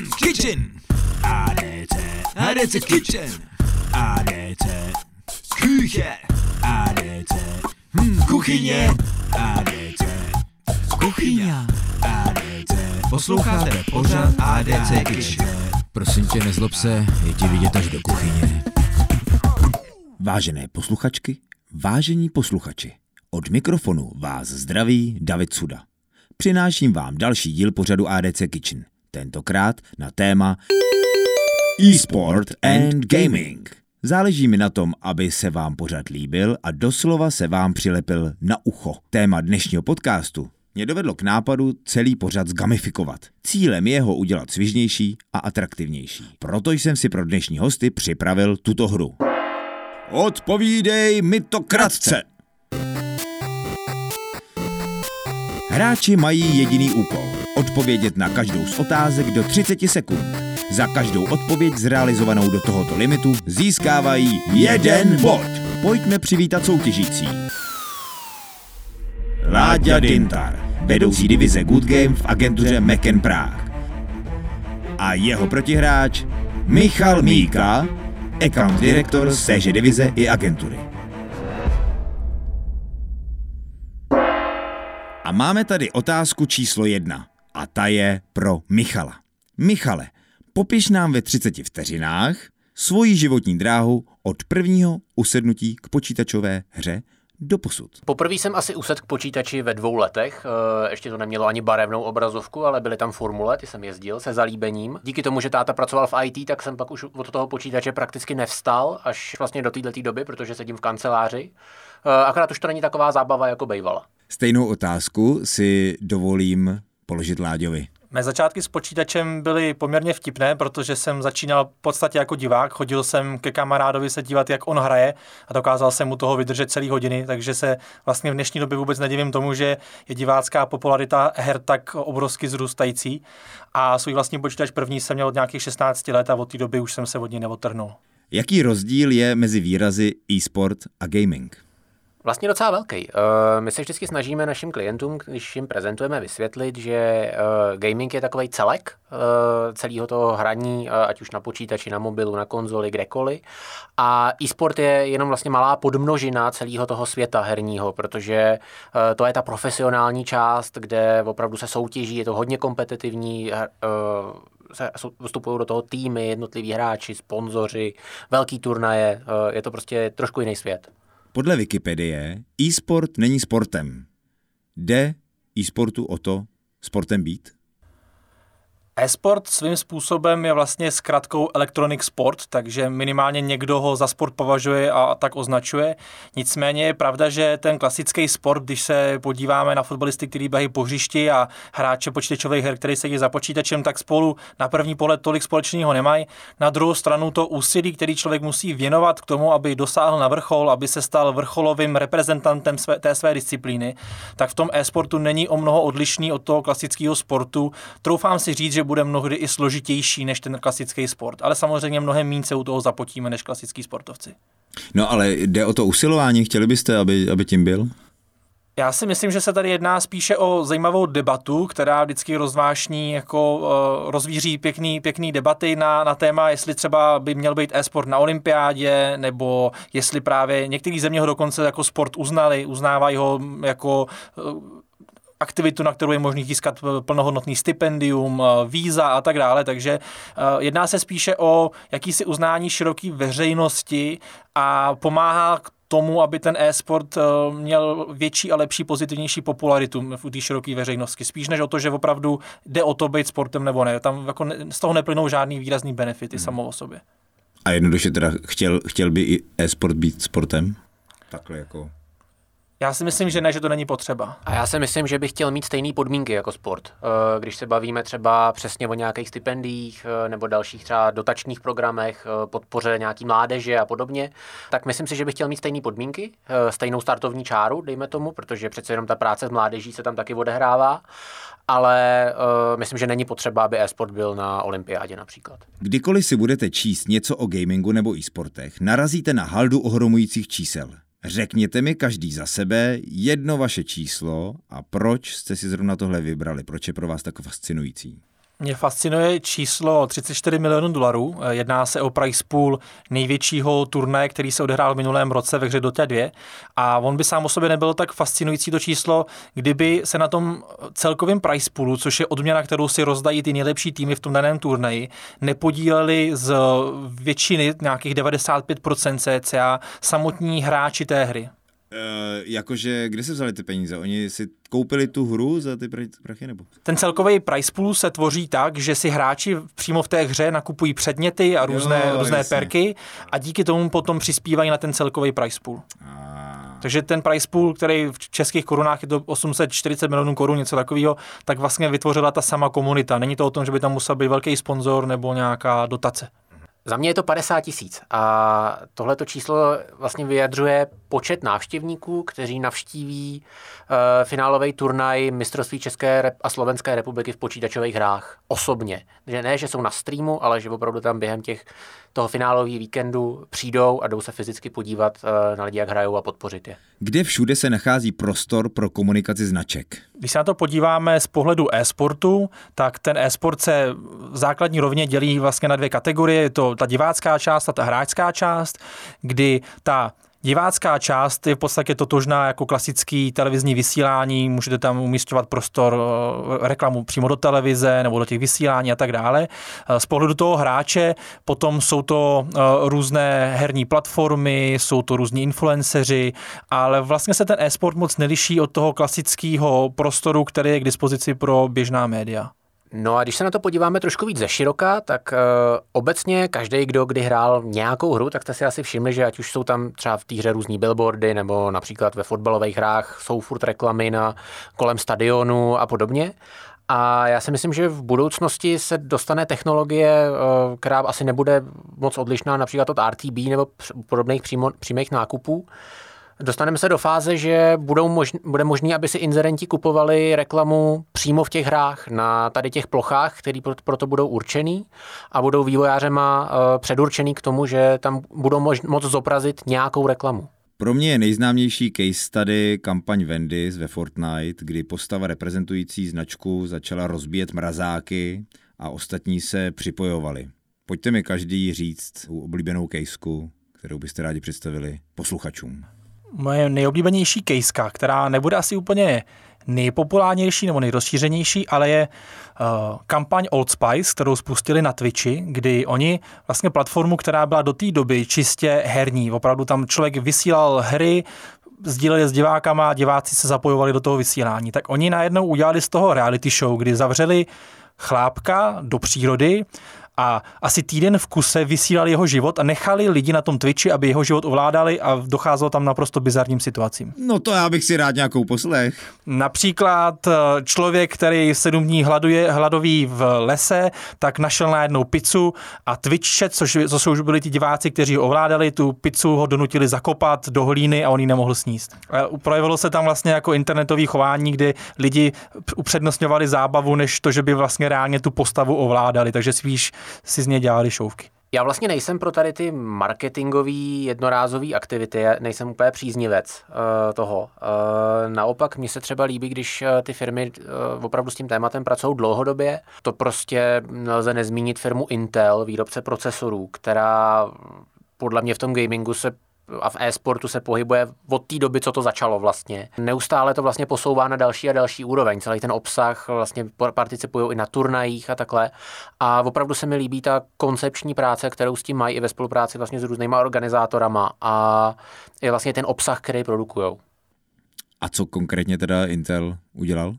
Kitchen. ADC Kitchen. ADC Küche. ADC Kuchyně. ADC Kuchyně. ADC. Posloucháte pořád ADC Kitchen. Prosím tě, nezlob se, je ti vidět až do kuchyně. Vážené posluchačky, vážení posluchači, od mikrofonu vás zdraví David Suda. Přináším vám další díl pořadu ADC Kitchen, tentokrát na téma e-sport and gaming. Záleží mi na tom, aby se vám pořad líbil a doslova se vám přilepil na ucho. Téma dnešního podcastu mě dovedlo k nápadu celý pořad zgamifikovat. Cílem je ho udělat svižnější a atraktivnější. Proto jsem si pro dnešní hosty připravil tuto hru. Odpovídej mi to krátce! Hráči mají jediný úkol. Odpovědět na každou z otázek do 30 sekund. Za každou odpověď zrealizovanou do tohoto limitu získávají 1 bod. Pojďme přivítat soutěžící. Láďa Dintar, vedoucí divize Good Game v agentuře McCann Prague. A jeho protihráč Michal Míka, account direktor z téže divize i agentury. A máme tady otázku číslo 1 a ta je pro Michala. Michale, popiš nám ve 30 vteřinách svoji životní dráhu od prvního usednutí k počítačové hře doposud. Poprvé jsem asi usedl k počítači ve 2 letech, ještě to nemělo ani barevnou obrazovku, ale byly tam formule, ty jsem jezdil se zalíbením. Díky tomu, že táta pracoval v IT, tak jsem pak už od toho počítače prakticky nevstal, až vlastně do této doby, protože sedím v kanceláři. Akorát už to není taková zábava, jako bejvala. Stejnou otázku si dovolím položit Láďovi. Mé začátky s počítačem byly poměrně vtipné, protože jsem začínal v podstatě jako divák. Chodil jsem ke kamarádovi se dívat, jak on hraje a dokázal jsem mu toho vydržet celý hodiny, takže se vlastně v dnešní době vůbec nedivím tomu, že je divácká popularita her tak obrovsky zrůstající. A svůj vlastní počítač první jsem měl od nějakých 16 let a od té doby už jsem se od něj neodtrhnul. Jaký rozdíl je mezi výrazy e-sport a gaming? Vlastně docela velký. My se vždycky snažíme našim klientům, když jim prezentujeme, vysvětlit, že gaming je takovej celek celého toho hraní, ať už na počítači, na mobilu, na konzoli, kdekoliv. A e-sport je jenom vlastně malá podmnožina celého toho světa herního, protože to je ta profesionální část, kde opravdu se soutěží, je to hodně kompetitivní, vstupují do toho týmy, jednotliví hráči, sponzoři, velký turnaje, je to prostě trošku jiný svět. Podle Wikipedie e-sport není sportem. Jde e-sportu o to sportem být? E-sport svým způsobem je vlastně zkratkou electronic sport, takže minimálně někdo ho za sport považuje a tak označuje. Nicméně je pravda, že ten klasický sport, když se podíváme na fotbalisty, kteří běhají po hřišti a hráče počítačových her, který sedí za počítačem, tak spolu na první pohled tolik společného nemají. Na druhou stranu to úsilí, který člověk musí věnovat k tomu, aby dosáhl na vrchol, aby se stal vrcholovým reprezentantem té své disciplíny, tak v tom e-sportu není o mnoho odlišný od toho klasického sportu. Troufám si říct, že bude mnohdy i složitější než ten klasický sport, ale samozřejmě mnohem méně se u toho zapotíme než klasický sportovci. No ale jde o to usilování, chtěli byste, aby tím byl? Já si myslím, že se tady jedná spíše o zajímavou debatu, která vždycky rozvášní, jako rozvíří pěkný debaty na téma, jestli třeba by měl být e-sport na olympiádě, nebo jestli právě některé země ho dokonce jako sport uznávají ho jako aktivitu, na kterou je možný získat plnohodnotný stipendium, víza a tak dále, takže jedná se spíše o jakýsi uznání široké veřejnosti a pomáhá k tomu, aby ten e-sport měl větší a lepší, pozitivnější popularitu v té široké veřejnosti. Spíš než o to, že opravdu jde o to být sportem nebo ne. Tam jako z toho neplynou žádný výrazný benefity samo o sobě. A jednoduše teda chtěl by i e-sport být sportem? Takhle jako... Já si myslím, že ne, že to není potřeba. A já si myslím, že bych chtěl mít stejné podmínky jako sport. Když se bavíme třeba přesně o nějakých stipendiích nebo dalších třeba dotačních programech, podpoře nějaký mládeže a podobně, tak myslím si, že bych chtěl mít stejné podmínky, stejnou startovní čáru, dejme tomu, protože přece jenom ta práce s mládeží se tam taky odehrává. Ale myslím, že není potřeba, aby e-sport byl na olympiádě například. Kdykoliv si budete číst něco o gamingu nebo e-sportech, narazíte na haldu ohromujících čísel. Řekněte mi každý za sebe jedno vaše číslo a proč jste si zrovna tohle vybrali, proč je pro vás tak fascinující. Mě fascinuje číslo 34 milionů dolarů. Jedná se o prize pool největšího turnaje, který se odehrál v minulém roce ve hře Dota 2. A on by sám o sobě nebyl tak fascinující to číslo, kdyby se na tom celkovém prize poolu, což je odměna, kterou si rozdají ty nejlepší týmy v tom daném turnaji, nepodíleli z většiny, nějakých 95% cca, samotní hráči té hry. Jakože, kde se vzali ty peníze? Oni si koupili tu hru za ty prachy, nebo? Ten celkový prize pool se tvoří tak, že si hráči přímo v té hře nakupují předměty a různé perky a díky tomu potom přispívají na ten celkový prize pool. Takže ten prize pool, který v českých korunách je to 840 milionů korun, něco takového, tak vlastně vytvořila ta sama komunita. Není to o tom, že by tam musel být velký sponzor nebo nějaká dotace. Za mě je to 50 000 a tohleto číslo vlastně vyjadřuje počet návštěvníků, kteří navštíví finálový turnaj mistrovství České a Slovenské republiky v počítačových hrách osobně. Že ne, že jsou na streamu, ale že opravdu tam během toho finálového víkendu přijdou a jdou se fyzicky podívat na lidi, jak hrajou a podpořit je. Kde všude se nachází prostor pro komunikaci značek? Když se na to podíváme z pohledu e-sportu, tak ten e-sport se v základní rovině dělí vlastně na dvě kategorie. Je to ta divácká část a ta hráčská část, kdy ta divácká část je v podstatě totožná jako klasický televizní vysílání, můžete tam umísťovat prostor reklamu přímo do televize nebo do těch vysílání a tak dále. Z pohledu toho hráče potom jsou to různé herní platformy, jsou to různí influenceři, ale vlastně se ten e-sport moc neliší od toho klasického prostoru, který je k dispozici pro běžná média. No a když se na to podíváme trošku víc ze široka, tak obecně každý, kdo kdy hrál nějakou hru, tak jste si asi všimli, že ať už jsou tam třeba v té hře různý billboardy, nebo například ve fotbalových hrách jsou furt reklamy kolem stadionu a podobně. A já si myslím, že v budoucnosti se dostane technologie, která asi nebude moc odlišná například od RTB nebo podobných přímých nákupů. Dostaneme se do fáze, že bude možné, aby si inzerenti kupovali reklamu přímo v těch hrách, na tady těch plochách, které proto budou určený a budou vývojářema předurčený k tomu, že tam budou moct zobrazit nějakou reklamu. Pro mě je nejznámější case study kampaň Wendy's ve Fortnite, kdy postava reprezentující značku začala rozbíjet mrazáky a ostatní se připojovali. Pojďte mi každý říct oblíbenou caseku, kterou byste rádi představili posluchačům. Moje nejoblíbenější kejska, která nebude asi úplně nejpopulárnější nebo nejrozšířenější, ale je kampaň Old Spice, kterou spustili na Twitchi, kdy oni vlastně platformu, která byla do té doby čistě herní. Opravdu tam člověk vysílal hry, sdíleli s divákama, diváci se zapojovali do toho vysílání. Tak oni najednou udělali z toho reality show, kdy zavřeli chlápka do přírody a asi týden v kuse vysílali jeho život a nechali lidi na tom Twitchi, aby jeho život ovládali a docházelo tam naprosto bizarním situacím. No to já bych si rád nějakou poslech. Například člověk, který 7 dní hladoví v lese, tak našel najednou pizzu a Twitch chat, což už byli ti diváci, kteří ho ovládali, tu pizzu ho donutili zakopat do hlíny a on ji nemohl sníst. Projevilo se tam vlastně jako internetový chování, kdy lidi upřednostňovali zábavu, než to, že by vlastně reálně tu postavu ovládali, takže spíš si z něj dělali šouvky. Já vlastně nejsem pro tady ty marketingový jednorázový aktivity, nejsem úplně příznivec toho. Naopak mně se třeba líbí, když ty firmy opravdu s tím tématem pracují dlouhodobě. To prostě nelze nezmínit firmu Intel, výrobce procesorů, která podle mě v tom gamingu a v e-sportu se pohybuje od té doby, co to začalo vlastně. Neustále to vlastně posouvá na další a další úroveň. Celý ten obsah vlastně participují i na turnajích a takhle. A opravdu se mi líbí ta koncepční práce, kterou s tím mají i ve spolupráci vlastně s různýma organizátorama a je vlastně ten obsah, který produkujou. A co konkrétně teda Intel udělal?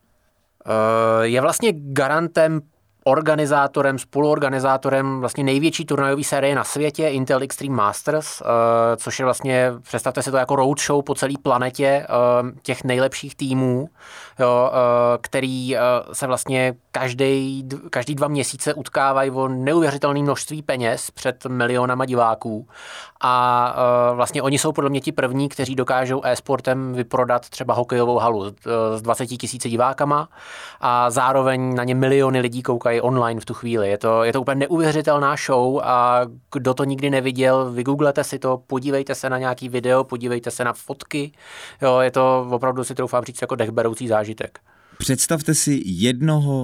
Je vlastně garantem, organizátorem, spoluorganizátorem vlastně největší turnajové série na světě, Intel Extreme Masters, což je vlastně, představte si to jako roadshow po celé planetě těch nejlepších týmů, jo, který se vlastně každý 2 měsíce utkávají o neuvěřitelné množství peněz před milionama diváků a vlastně oni jsou podle mě ti první, kteří dokážou e-sportem vyprodat třeba hokejovou halu s 20 000 divákama a zároveň na ně miliony lidí koukají online v tu chvíli. Je to úplně neuvěřitelná show a kdo to nikdy neviděl, vygooglete si to, podívejte se na nějaký video, podívejte se na fotky. Jo, je to opravdu, si troufám říct, jako dechberoucí zážitek. Představte si jednoho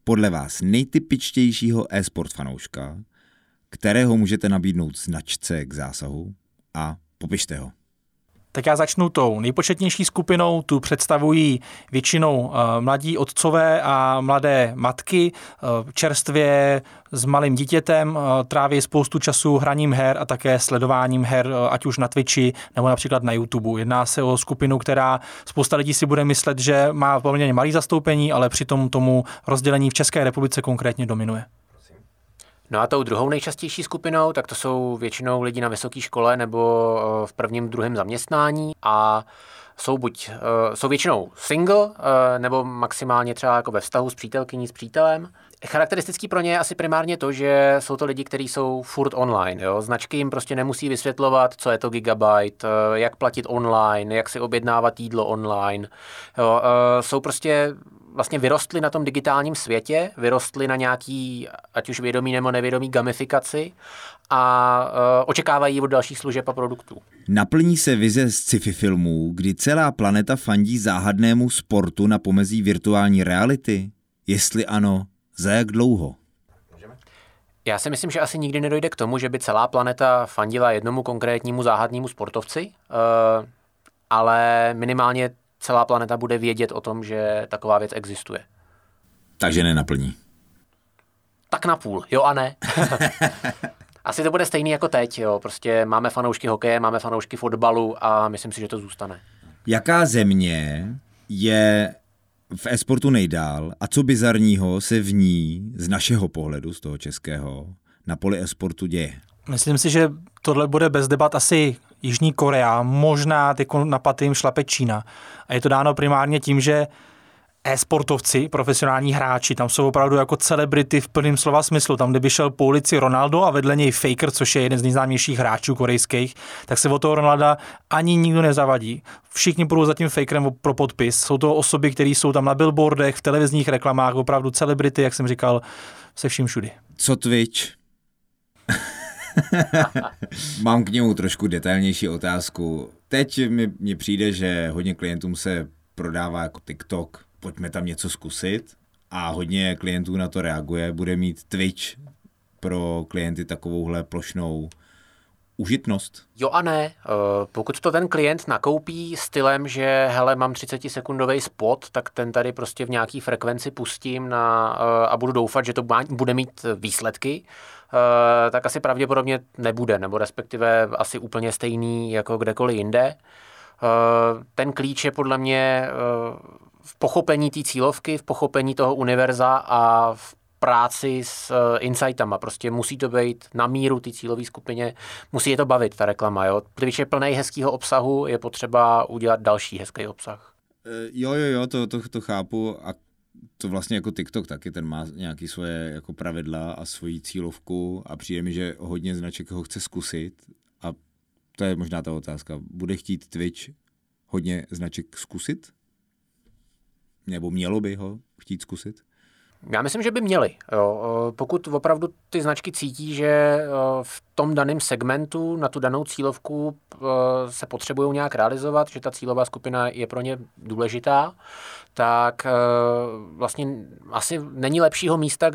podle vás nejtypičtějšího e-sport fanouška, kterého můžete nabídnout značce k zásahu a popište ho. Tak já začnu tou nejpočetnější skupinou, tu představují většinou mladí otcové a mladé matky, čerstvě s malým dítětem, tráví spoustu času hraním her a také sledováním her, ať už na Twitchi nebo například na YouTube. Jedná se o skupinu, která spousta lidí si bude myslet, že má poměrně malé zastoupení, ale přitom tomu rozdělení v České republice konkrétně dominuje. No a tou druhou nejčastější skupinou, tak to jsou většinou lidi na vysoké škole nebo v prvním, druhém zaměstnání a jsou většinou single nebo maximálně třeba jako ve vztahu s přítelkyní, s přítelem. Charakteristický pro ně je asi primárně to, že jsou to lidi, kteří jsou furt online. Jo? Značky jim prostě nemusí vysvětlovat, co je to Gigabyte, jak platit online, jak si objednávat jídlo online. Jo? Jsou prostě vlastně vyrostli na tom digitálním světě, vyrostli na nějaký, ať už vědomý nebo nevědomý gamifikaci a očekávají od dalších služeb a produktů. Naplní se vize z sci-fi filmů, kdy celá planeta fandí záhadnému sportu na pomezí virtuální reality? Jestli ano, za jak dlouho? Já si myslím, že asi nikdy nedojde k tomu, že by celá planeta fandila jednomu konkrétnímu záhadnému sportovci, ale minimálně celá planeta bude vědět o tom, že taková věc existuje. Takže nenaplní. Tak na půl, jo a ne. Asi to bude stejný jako teď, jo. Prostě máme fanoušky hokeje, máme fanoušky fotbalu a myslím si, že to zůstane. Jaká země je v e-sportu nejdál a co bizarního se v ní z našeho pohledu, z toho českého, na poli e-sportu děje? Myslím si, že tohle bude bez debat asi Jižní Korea, možná teď na paty jim šlape Čína. A je to dáno primárně tím, že e-sportovci, profesionální hráči, tam jsou opravdu jako celebrity v plném slova smyslu. Tam, kdyby šel po ulici Ronaldo a vedle něj Faker, což je jeden z nejznámějších hráčů korejských, tak se o toho Ronalda ani nikdo nezavadí. Všichni půjdou za tím Fakerem pro podpis. Jsou to osoby, které jsou tam na billboardech, v televizních reklamách, opravdu celebrity, jak jsem říkal, se vším všudy. Co Twitch? Mám k němu trošku detailnější otázku. Teď mi přijde, že hodně klientům se prodává jako TikTok, pojďme tam něco zkusit a hodně klientů na to reaguje. Bude mít Twitch pro klienty takovouhle plošnou užitnost? Jo a ne. Pokud to ten klient nakoupí stylem, že hele, mám 30-sekundový spot, tak ten tady prostě v nějaký frekvenci pustím a budu doufat, že to bude mít výsledky, tak asi pravděpodobně nebude, nebo respektive asi úplně stejný jako kdekoliv jinde. Ten klíč je podle mě v pochopení té cílovky, v pochopení toho univerza a v práci s insightama. Prostě musí to být na míru té cílové skupině, musí je to bavit, ta reklama. Jo? Když je plnej hezkýho obsahu, je potřeba udělat další hezký obsah. Jo, to chápu a to vlastně jako TikTok taky, ten má nějaké svoje jako pravidla a svoji cílovku a přijde mi, že hodně značek ho chce zkusit a to je možná ta otázka. Bude chtít Twitch hodně značek zkusit? Nebo mělo by ho chtít zkusit? Já myslím, že by měli. Jo. Pokud opravdu ty značky cítí, že v tom daném segmentu na tu danou cílovku se potřebují nějak realizovat, že ta cílová skupina je pro ně důležitá, tak vlastně asi není lepšího místa,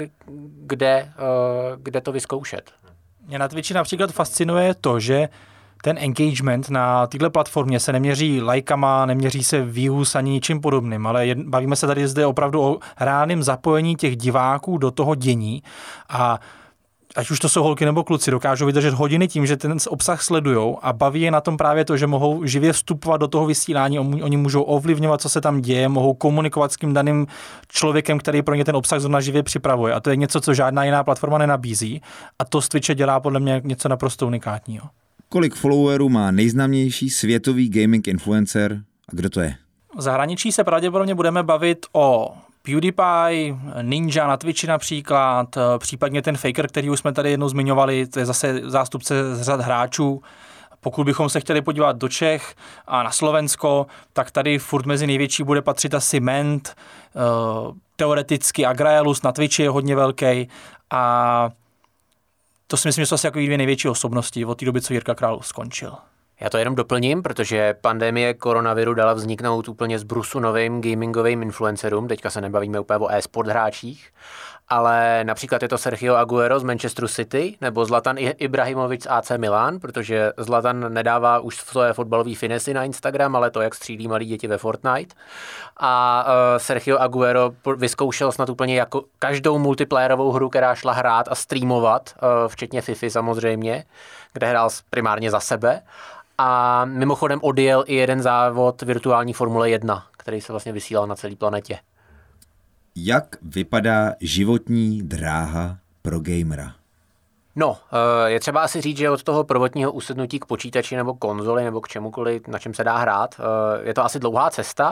kde to vyzkoušet. Mě na Twitchi například fascinuje to, že ten engagement na této platformě se neměří lajkama, neměří se views ani ničím podobným, ale bavíme se tady zde opravdu o reálném zapojení těch diváků do toho dění a ať už to jsou holky nebo kluci, dokážou vydržet hodiny tím, že ten obsah sledujou a baví je na tom právě to, že mohou živě vstupovat do toho vysílání, oni můžou ovlivňovat, co se tam děje, mohou komunikovat s tím daným člověkem, který pro ně ten obsah zrovna živě připravuje. A to je něco, co žádná jiná platforma nenabízí. A to z Twitche dělá podle mě něco naprosto unikátního. Kolik followerů má nejznámější světový gaming influencer a kdo to je? V zahraničí se pravděpodobně budeme bavit o PewDiePie, Ninja na Twitchi například, případně ten Faker, který už jsme tady jednou zmiňovali, to je zase zástupce z řad hráčů. Pokud bychom se chtěli podívat do Čech a na Slovensko, tak tady furt mezi největší bude patřit asi Ment, teoreticky Agraelus na Twitchi je hodně velký a to si myslím, že jsou asi jako dvě největší osobnosti od té doby, co Jirka Král skončil. Já to jenom doplním, protože pandemie koronaviru dala vzniknout úplně z brusu novým gamingovým influencerům. Teďka se nebavíme úplně o e-sport hráčích, ale například je to Sergio Aguero z Manchesteru City nebo Zlatan Ibrahimovic z AC Milan, protože Zlatan nedává už svoje fotbalové finesy na Instagram, ale to, jak střílí malí děti ve Fortnite. A Sergio Aguero vyzkoušel snad úplně jako každou multiplayerovou hru, která šla hrát a streamovat, včetně FIFA samozřejmě, kde hrál primárně za sebe. A mimochodem odjel i jeden závod virtuální Formule 1, který se vlastně vysílal na celé planetě. Jak vypadá životní dráha pro gamera? No, je třeba asi říct, že od toho prvotního usednutí k počítači nebo konzoli nebo k čemukoliv, na čem se dá hrát, je to asi dlouhá cesta,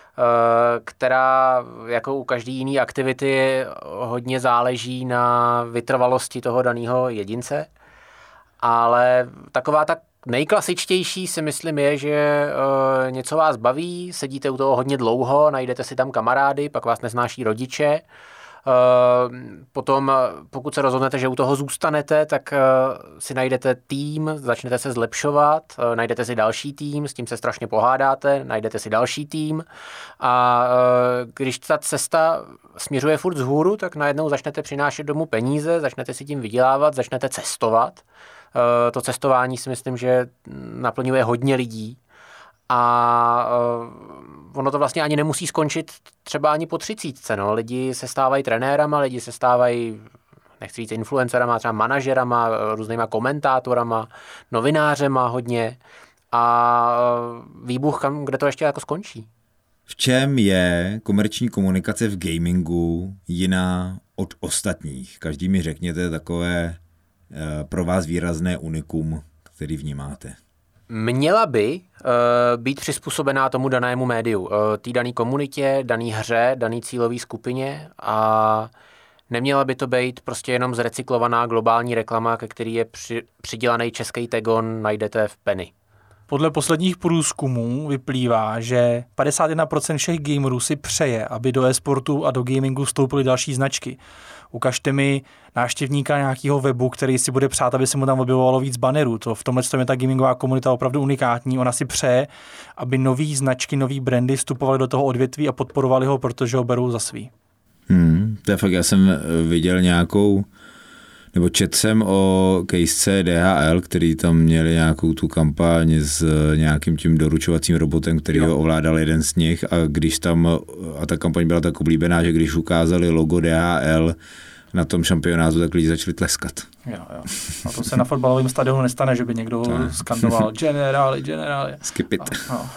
která jako u každé jiné aktivity hodně záleží na vytrvalosti toho daného jedince, ale taková ta nejklasičtější si myslím je, že něco vás baví, sedíte u toho hodně dlouho, najdete si tam kamarády, pak vás nesnáší rodiče. Potom, pokud se rozhodnete, že u toho zůstanete, tak si najdete tým, začnete se zlepšovat, najdete si další tým, s tím se strašně pohádáte, najdete si další tým a když ta cesta směřuje furt vzhůru, tak najednou začnete přinášet domů peníze, začnete si tím vydělávat, začnete cestovat. To cestování si myslím, že naplňuje hodně lidí a ono to vlastně ani nemusí skončit třeba ani po 30. No. Lidi se stávají trenérama, lidi se stávají, nechci říct influencerama, třeba manažerama, různýma komentátorama, novinářema hodně a výbuch, kde to ještě jako skončí. V čem je komerční komunikace v gamingu jiná od ostatních? Každý mi řekněte takové pro vás výrazné unikum, který vnímáte. Měla by být přizpůsobená tomu danému médiu, té dané komunitě, dané hře, dané cílové skupině a neměla by to být prostě jenom zrecyklovaná globální reklama, ke který je přidělaný český tagon, najdete v Penny. Podle posledních průzkumů vyplývá, že 51% všech gamerů si přeje, aby do e-sportu a do gamingu vstoupily další značky. Ukažte mi návštěvníka nějakého webu, který si bude přát, aby se mu tam objevovalo víc bannerů. V tomhle je ta gamingová komunita opravdu unikátní. Ona si přeje, aby nový značky, nový brandy vstupovaly do toho odvětví a podporovali ho, protože ho berou za svý. To je fakt, já jsem viděl nějakou, nebo četl jsem o kejsce DHL, který tam měli nějakou tu kampaň s nějakým tím doručovacím robotem, který ho ovládal jeden z nich a když tam, a ta kampaň byla tak oblíbená, že když ukázali logo DHL na tom šampionátu, tak lidi začali tleskat. Jo. A to se na fotbalovém stadionu nestane, že by někdo skandoval generáli. Skip it.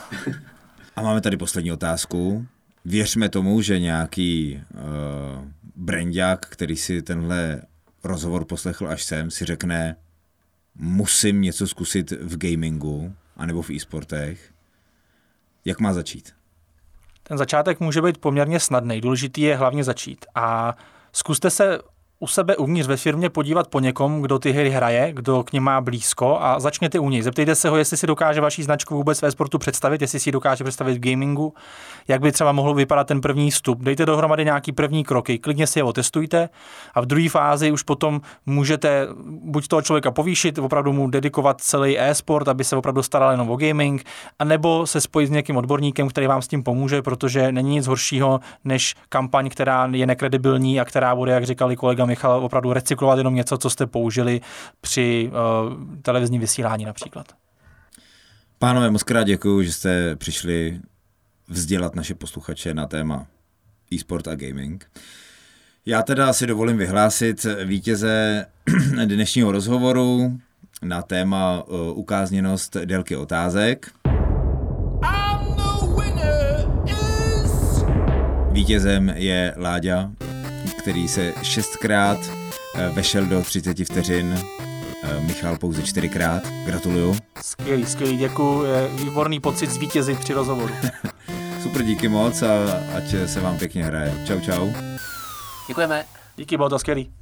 A máme tady poslední otázku. Věřme tomu, že nějaký brandák, který si tenhle rozhovor poslechl až sem, si řekne, musím něco zkusit v gamingu anebo v e-sportech. Jak má začít? Ten začátek může být poměrně snadný. Důležitý je hlavně začít. A zkuste se u sebe uvnitř ve firmě podívat po někom, kdo ty hry hraje, kdo k něm má blízko a začněte u něj. Zeptejte se ho, jestli si dokáže vaši značku vůbec ve e-sportu představit, jestli si ji dokáže představit v gamingu, jak by třeba mohl vypadat ten první vstup. Dejte dohromady nějaký první kroky, klidně si je otestujte a v druhé fázi už potom můžete buď toho člověka povýšit, opravdu mu dedikovat celý e-sport, aby se opravdu staral jenom o gaming, anebo se spojit s někým odborníkem, který vám s tím pomůže, protože není nic horšího než kampaň, která je nekredibilní a která bude, jak říkali kolega Michal, opravdu recyklovat jenom něco, co jste použili při televizní vysílání například. Pánové, moc krát děkuju, že jste přišli vzdělat naše posluchače na téma e-sport a gaming. Já teda si dovolím vyhlásit vítěze dnešního rozhovoru na téma ukázněnost délky otázek. Vítězem je Láďa, který se 6krát vešel do 30 vteřin, Michal pouze 4krát. Gratuluju. Skvělý, děkuju. Je výborný pocit zvítězit při rozhovoru. Super, díky moc a ať se vám pěkně hraje. Čau. Děkujeme. Díky, bylo to skvělý.